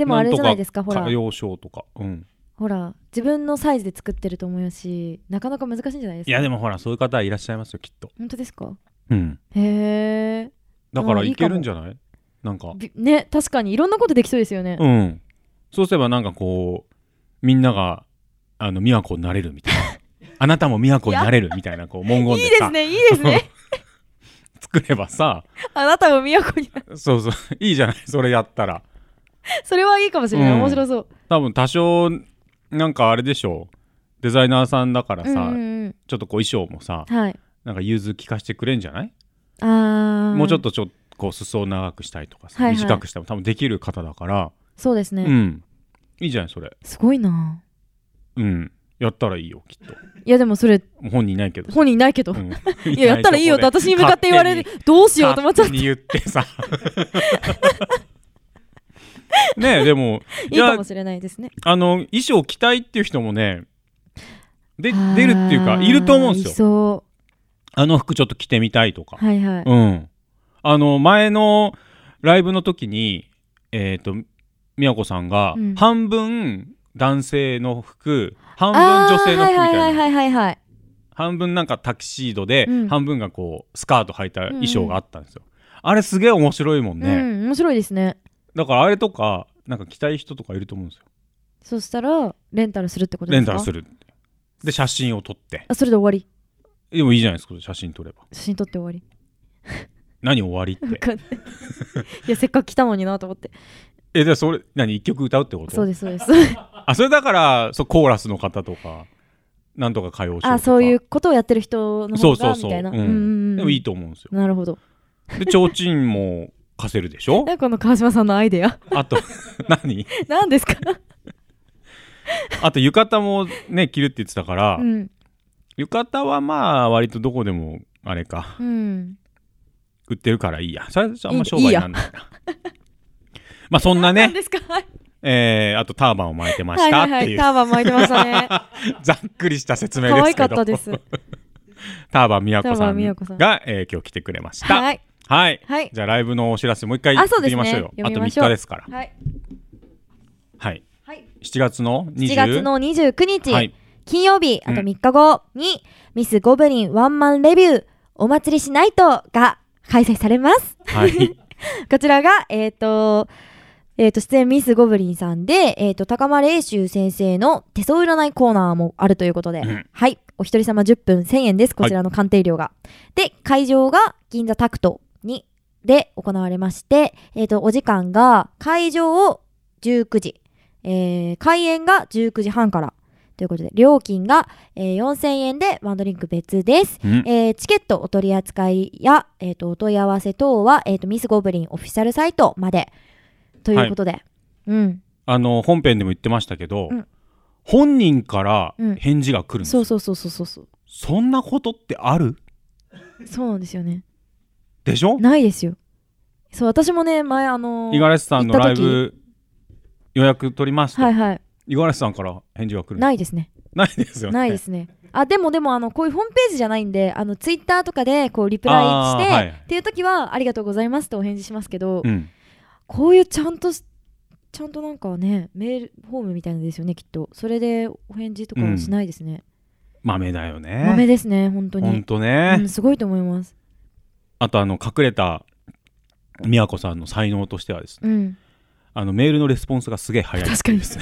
でもあれじゃないですか、ほら歌謡ショーとか、うん、 ほら自分のサイズで作ってると思うし、なかなか難しいんじゃないですか。 いやでもほらそういう方いらっしゃいますよきっと。 本当ですか？ うん。 へえ。 だからいけるんじゃない？なんかね、確かにいろんなことできそうですよね。 うん。そうすればなんかこうみんながあの都になれるみたいなあなたも都になれるみたいなこう文言でさいいですねいいですね作ればさあなたも都になるそうそういいじゃないそれやったらそれはいいかもしれない、うん、面白そう。 多分多少なんかあれでしょうデザイナーさんだからさ、うんうんうん、ちょっとこう衣装もさ、はい、なんか融通聞かせてくれんじゃない？ あー、 もうちょっとちょっとこう裾を長くしたいとかさ、はいはい、短くしても多分できる方だから。 そうですね、 うん、いいじゃないそれ。 すごいな。 うんやったらいいよきっと。 いやでもそれ本人いないけど本人いないけど、うん、いややったらいいよって私に向かって言われるどうしようと思っちゃって言ってさねえでもいいかもしれないですね。 あの衣装着たいっていう人もねで出るっていうかいると思うんですよ。 そうあの服ちょっと着てみたいとか、 はいはい、 うん、あの前のライブの時にえっとみやこさんが半分男性の服、半分女性の服みたいな、 はいはいはいはい、 半分なんかタキシードで、うん、半分がこうスカート履いた衣装があったんですよ、うん、あれすげえ面白いもんね、 うん、面白いですね。 だからあれとかなんか着たい人とかいると思うんですよ。 そしたらレンタルするってことですか？ レンタルするで写真を撮って。 あ、それで終わり？ でもいいじゃないですか写真撮れば。 写真撮って終わり何終わりっていやせっかく来たのになと思って。 えじゃあそれ何一曲歌うってこと？ そうですそうですあそれだからそうコーラスの方とかなんとか歌謡ショーとかあそういうことをやってる人の方がそうそうそうみたいな、うんうんうん、 でもいいと思うんですよ。 なるほど。 で提灯も貸せるでしょこの川島さんのアイデアあと何何ですかあと浴衣もね着るって言ってたから、うん、浴衣はまあ割とどこでもあれか、うん、売ってるからいいや。それあんま商売なんだよなまあそんなねえー、あとターバンを巻いてましたっていう、はいはいはい、 ターバン巻いてましたねざっくりした説明ですけど可愛かったですターバンみやこさんが、えー、今日来てくれました。はい、はいはい、じゃあライブのお知らせもう一回言ってみましょうよ。 あ, う、ね、あとみっかですから。はい、はいはい、しちがつのにじゅうしちがつのにじゅうくにち、はい、金曜日あとみっかごに、うん、ミスゴブリンワンマンレビューお祭りしないとが開催されます、はい、こちらがえっ、ー、とえー、と出演ミスゴブリンさんで、えー、と高間礼秀先生の手相占いコーナーもあるということで、うん、はいお一人様じゅっぷんせんえんです。こちらの鑑定料が、はい、で会場が銀座タクトにで行われまして、えー、とお時間が会場をじゅうくじ、えー、開演がじゅうくじはんからということで料金が、えー、よんせんえんでワンドリンク別です、うんえー、チケットお取り扱いや、えー、とお問い合わせ等は、えー、とミスゴブリンオフィシャルサイトまでということで、はいうん、あの本編でも言ってましたけど、うん、本人から返事が来るんですよ、 うん、そうそうそうそうそうそんなことってある？ そうなんですよね。 でしょ。 ないですよ。そう、私もね前あの五十嵐さんのライブ予約取りました。 はいはい。 五十嵐さんから返事が来る。 ないですね。 ないですよね。 ないですね。あでもでもあのこういうホームページじゃないんで、あのツイッターとかでこうリプライして、はい、っていう時はありがとうございますとお返事しますけど、うん、こういうちゃんとちゃんとなんかねメールフォームみたいなんですよねきっと。それでお返事とかはしないですね。うん、 豆だよね。 豆ですね本当に。 本当ね、 うん、すごいと思います。 あとあの隠れた宮子さんの才能としてはですね、うん、あのメールのレスポンスがすげえ早いですね。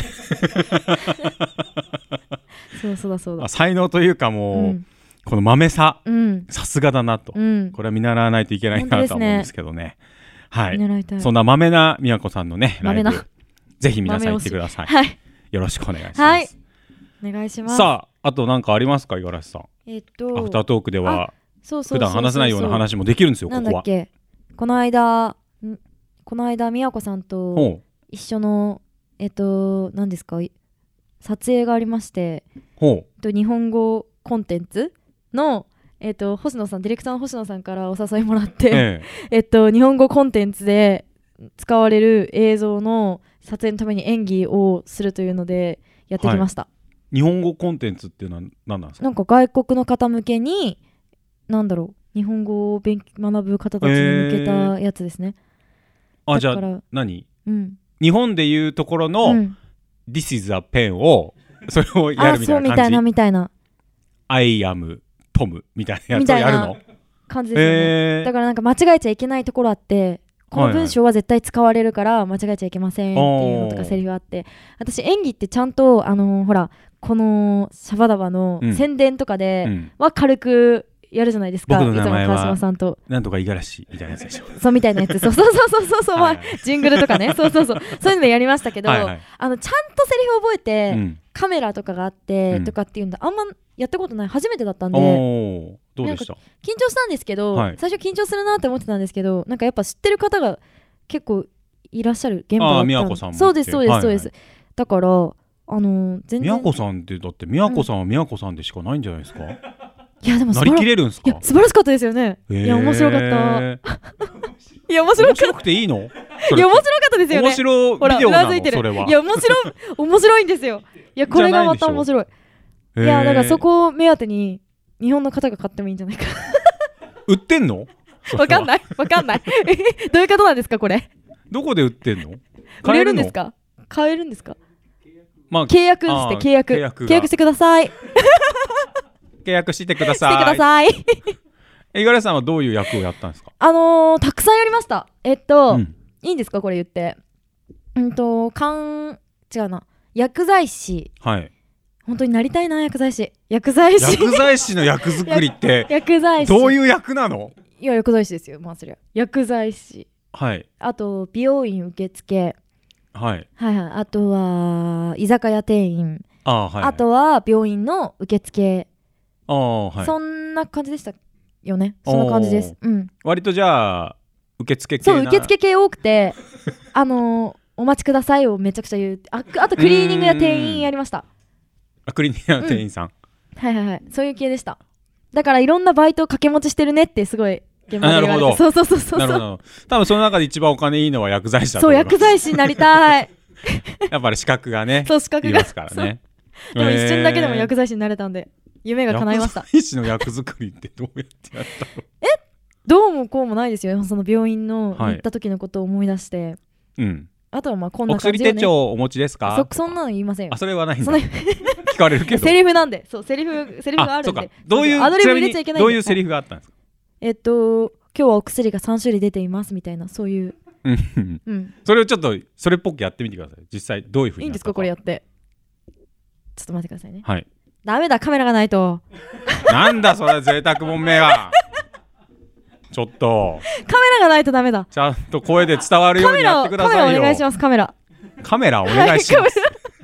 そうそうだそうだ。 才能というかもう、うん、この豆さ、さすがだなと、うん、これは見習わないといけないなと思うんですけどね。はい。そんな豆な宮子さんのねライブぜひ皆さん行ってください。はい、よろしくお願いします。はい、 お願いします。 さああと何かありますか五十嵐さん。 えっとアフタートークでは普段話せないような話もできるんですよ。ここは。 なんだっけ。この間この間宮子さんと一緒のえっと何ですか撮影がありまして、ほうと日本語コンテンツの、えっと、星野さんディレクターの星野さんからお誘いもらって、えええっと、日本語コンテンツで使われる映像の撮影のために演技をするというのでやってきました。はい、日本語コンテンツっていうのは何なんですか。 なんか外国の方向けになんだろう日本語を勉学ぶ方たちに向けたやつですね。 えー、あじゃあ何、うん、日本でいうところの、うん、This is a pen をそれをやるみたいな感じ。あ、そうみたいなみたいな。I am Tom みたいなやつをやるの感じですよね。えー、だからなんか間違えちゃいけないところあって、この文章は絶対使われるから間違えちゃいけませんっていうのとかセリフあって、私演技ってちゃんとあのー、ほらこのシャバダバの宣伝とかでは軽くやるじゃないですか。 僕の名前は川島さんとなんとか五十嵐みたいなやつでしょ。 そうみたいなやつ。そうそうそうそうそうそう、はい、まあ、ジングルとかね。そうそうそうそういうのでやりましたけど、はいはい、あのちゃんとセリフ覚えて、うん、カメラとかがあって、うん、とかっていうんだあんまやったことない初めてだったんで。 おどうでした？ 緊張したんですけど、はい、最初緊張するなって思ってたんですけど、なんかやっぱ知ってる方が結構いらっしゃる現場だったんで。 あ宮子さんもそうですそうですそうです、はいはい、だからあのー、全然宮子さんってだって宮子さんは宮子さんでしかないんじゃないですか。うん、 いやでもなりきれるんですか。 いや素晴らしかったですよね。いや面白かった。いや面白かった。面白くていいの？いや面白かったですよね。 面白ビデオなのそれは。 いや面白い面白いんですよ。いやこれがまた面白い。いやだからそこを目当てに日本の方が買ってもいいんじゃないか。 売ってんの？ わかんないわかんない。どういう方なんですかこれ。 どこで売ってんの？ 買えるんですか？買えるんですか？ まあ契約して契約契約してください。 契約してください。 してください。 五十嵐さんはどういう役をやったんですか？ あのー、たくさんやりました。えっと、うん、いいんですかこれ言って。うんとかん違うな薬剤師。はい。本当になりたいな薬剤師。薬剤師。 薬剤師の役作りって薬剤師どういう役なの？ いや薬剤師ですよ。まあそりゃ薬剤師。 はい。 あと美容院受付。 はい。 はいはい。あとは居酒屋店員。 あ、はい、 あとは病院の受付。 あ、はい、 そんな感じでしたよね。そんな感じです。うん。 割とじゃあ受付系そう受付系多くてあのー、お待ちくださいをめちゃくちゃ言う。あ, あとクリーニングや店員やりました。 あクリーニングや店員さん、 うん、はいはいはいそういう系でした。だからいろんなバイトを掛け持ちしてるねってすごい現場で言われて。なるほど。そうそうそうそう。なるほど。 多分その中で一番お金いいのは薬剤師だと思います。 そう薬剤師になりたい。 やっぱり資格がねそう資格がいますからね。 でも一瞬だけでも薬剤師になれたんで夢が叶いました。 薬剤師の役作りってどうやってやったの？ えどうもこうもないですよ。その病院の行った時のことを思い出して、はい、うん、あとはまあこんな感じで、ね、 お薬手帳お持ちですか？ そ, そんなの言いませんよ。 あそれはないんだ。聞かれるけどセリフなんでそうセリフセリフがあるんでどういうアドリブ入れちゃいけないんで。 どういうセリフがあったんですか？ えっと今日はお薬がさん種類出ていますみたいなそういううん、それをちょっとそれっぽくやってみてください。実際どういう風にいいんですかこれやって。ちょっと待ってくださいね。 はい。 ダメだカメラがないと。 なんだそれ贅沢もんめは。ちょっとカメラがないとダメだ。 ちゃんと声で伝わるようにやってくださいよ。 カメラお願いしますカメラ。 カメラお願いします。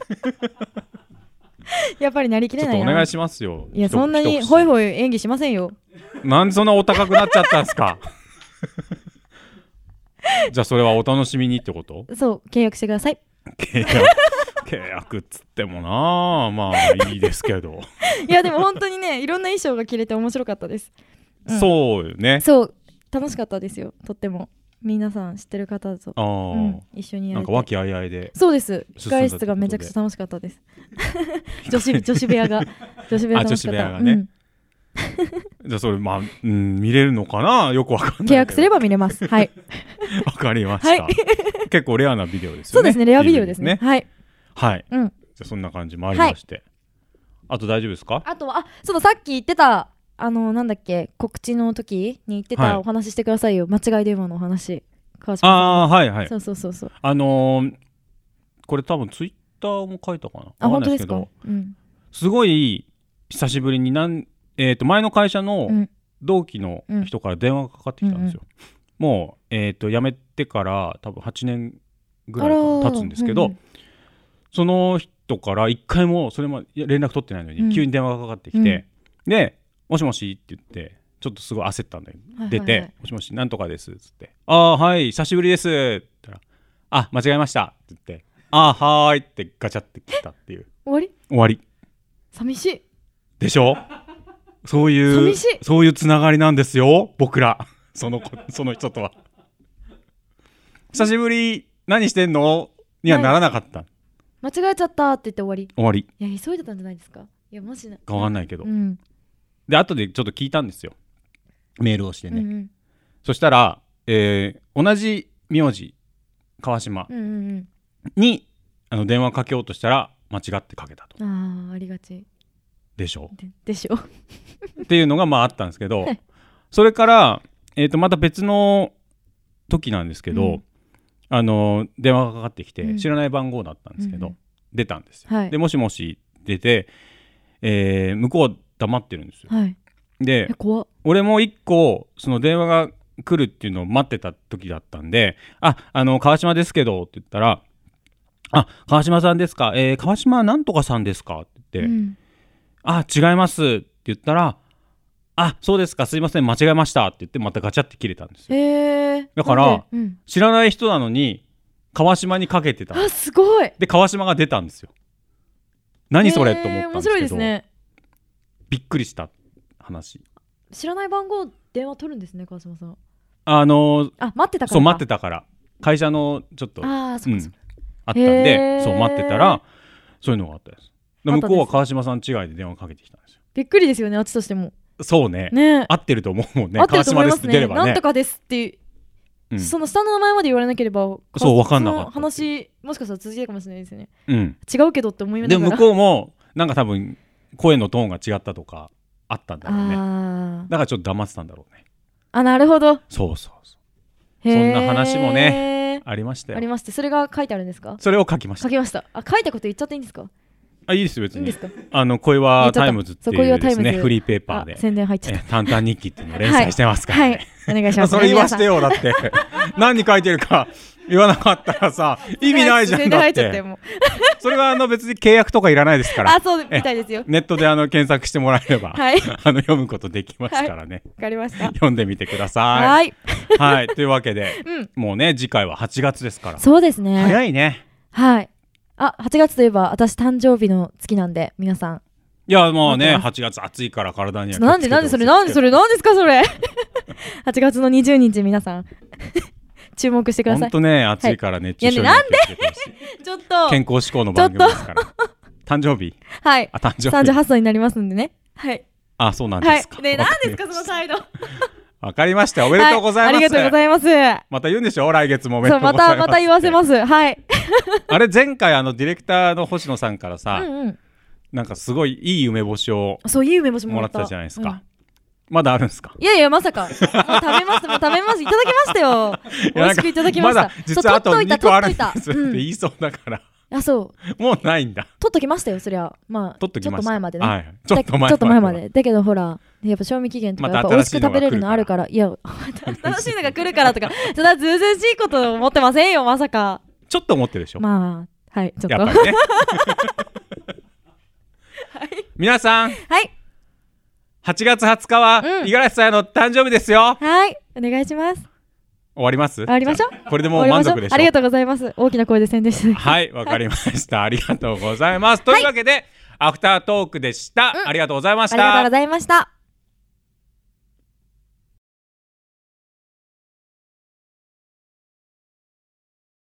やっぱりなりきれないな。 ちょっとお願いしますよ。 いやそんなにホイホイ演技しませんよ。 なんでそんなお高くなっちゃったんですか？じゃあそれはお楽しみにってこと？ そう契約してください。 契約契約っつってもなまあいいですけど。 いやでも本当にねいろんな衣装が着れて面白かったです。 うん、そうよね。 そう楽しかったですよ。とっても皆さん知ってる方と、 あ、 うん、一緒にやれてなんか和気あいあいで。 そうです。控室がめちゃくちゃ楽しかったです女子女子部屋が女子部屋楽しかった。あ、女子部屋がね、うん、 じゃあそれまあ、うん、見れるのかな、よくわかんないけど。 契約すれば見れます。はいわかりました、はい、結構レアなビデオですよね。 そうですね、レアビデオですね。はいはい、 うん、 じゃあそんな感じもありまして、はい、あと大丈夫ですか？ あとはあそうだ、さっき言ってたあのなんだっけ、告知の時に言ってたお話してくださいよ、はい、間違い電話のお話。 ああ、はいはい。 そうそうそうそう。 あのー、これ多分ツイッターも書いたかな。 あ、本当ですか？うん、 すごい久しぶりになん、えー、と前の会社の同期の人から電話がかかってきたんですよ。うんうん、もう、えー、と辞めてから多分はちねんぐらい経つんですけど、うんうん、その人からいっかいもそれも連絡取ってないのに、うん、急に電話がかかってきて、うん、でもしもしって言ってちょっとすごい焦ったんだよ、はいはいはい、出てもしもしなんとかですっつって、ああはい久しぶりですって言ったら、あ間違えましたって言って、あーはーいってガチャってきたっていう。 終わり終わり。 寂しいでしょ。そういう寂しい、そういうつながりなんですよ僕らそのその人とは久しぶり何してんのにはならなかった。 間違えちゃったって言って終わり。 終わり。 いや急いでたんじゃないですか。いやもしな変わんないけど、 うん、 で後でちょっと聞いたんですよ、メールをしてね、 うんうん、 そしたら、えー、同じ名字川島に、うんうんうん、あの電話かけようとしたら間違ってかけたと。 あーありがちでしょで, でしょっていうのがまああったんですけどそれから、えー、とまた別の時なんですけど、うん、あの電話がかかってきて、うん、知らない番号だったんですけど、うん、出たんですよ、はい、でもしもし出て、えー、向こうは黙ってるんですよ、 はい、 で俺も一個その電話が来るっていうのを待ってた時だったんで、あ、あの川島ですけどって言ったら、あ、川島さんですか、えー、川島なんとかさんですかって言って、うん、あ、違いますって言ったら、あ、そうですかすいません間違えましたって言ってまたガチャって切れたんですよ。 へー、 だから、うん、知らない人なのに川島にかけてた。 あ、すごい。 で川島が出たんですよ。何それと思ったんですけど、面白いですね。 びっくりした話。 知らない番号電話取るんですね川島さん。 あのー、 あ待ってたからか。 そう待ってたから会社のちょっとあ、そうかそうか、 うん、あったんでそう待ってたらそういうのがあったです。で向こうは川島さん違いで電話かけてきたんですよ。 びっくりですよねあっちとしても。 そうね、 ね、 合ってると思うもんね。 合ってると思いますね。 川島ですって出ればね、 なんとかですっていう、うん、その下の名前まで言われなければそう分かんなかった。 話もしかしたら続いてるかもしれないですよね、 うん、 違うけどって思いながら。 で向こうもなんか多分声のトーンが違ったとかあったんだろうね。あだからちょっと黙ってたんだろうね。 あ、なるほど。 そうそうそう、そんな話もねありましたよ。 ありまして、それが書いてあるんですか？ それを書きました。 書きました。あ、書いたこと言っちゃっていいんですか？ あ、いいですよ別に。いいですか？ あの小岩タイムズっていうですねフリーペーパーで宣伝入っちゃった。 淡々日記っていうのを連載してますからね、 はいはい、お願いします。 それ言わせてよだって何書いてるか言わなかったらさ意味ないじゃん。だってそれはあの別に契約とかいらないですから。 あ、そうみたいですよ。 ネットであの検索してもらえれば、はい、あの読むことできますからね。 わ、はい、かりました。 読んでみてください。 はい、 はい、というわけで、うん、もうね次回ははちがつですから。 そうですね。 早いね。 はい。あ、はちがつといえば私誕生日の月なんで皆さん。 いやもうねはちがつ暑いから体にはなんでなんでそれなんでそれなんですかそれはちがつのにじゅうにち皆さん注目してください。 ほんとね暑いから熱中症になんでちょっと健康志向の番組ですから誕生日はい、 あ誕生日さんじゅうはっさいになりますんでね。はい、 あ、そうなんですか、 はい、ね、何ですかその態度わかりました。おめでとうございます、はい、 ありがとうございます。 また言うんでしょ来月もおめでとうございます。 そうまたまた言わせます。はいあれ前回あのディレクターの星野さんからさ、 うんうん、なんかすごいいい梅干しをそういい梅干しもらったじゃないですか、うん、まだあるんですか？ いやいやまさかもう食べましたもう食べますいただきましたよ美味しくいただきました。 まだ実はあとにこあるんですって言いそうだから、 うん、あそうもうないんだ。 取っときましたよそりゃ。まあ取っときました。ちょっと前までね、 はい、ちょっと前までちょっと前までだけどほらやっぱ賞味期限とかやっぱ美味しく食べれるのあるから、いや楽しいのが来るからとかそんなずうずうしいこと思ってませんよまさか。 ちょっと思ってるでしょ。 まあはいちょっとやっぱりねはい、皆さん、 はい、 はちがつはつかは五十嵐さんの誕生日ですよ。 はいお願いします。 終わります？ 終わりましょう。 これでもう満足でしょ。 ありがとうございます。大きな声で宣伝して。 はいわかりました、はい、ありがとうございます。というわけで、はい、アフタートークでした、うん、ありがとうございました。 ありがとうございました。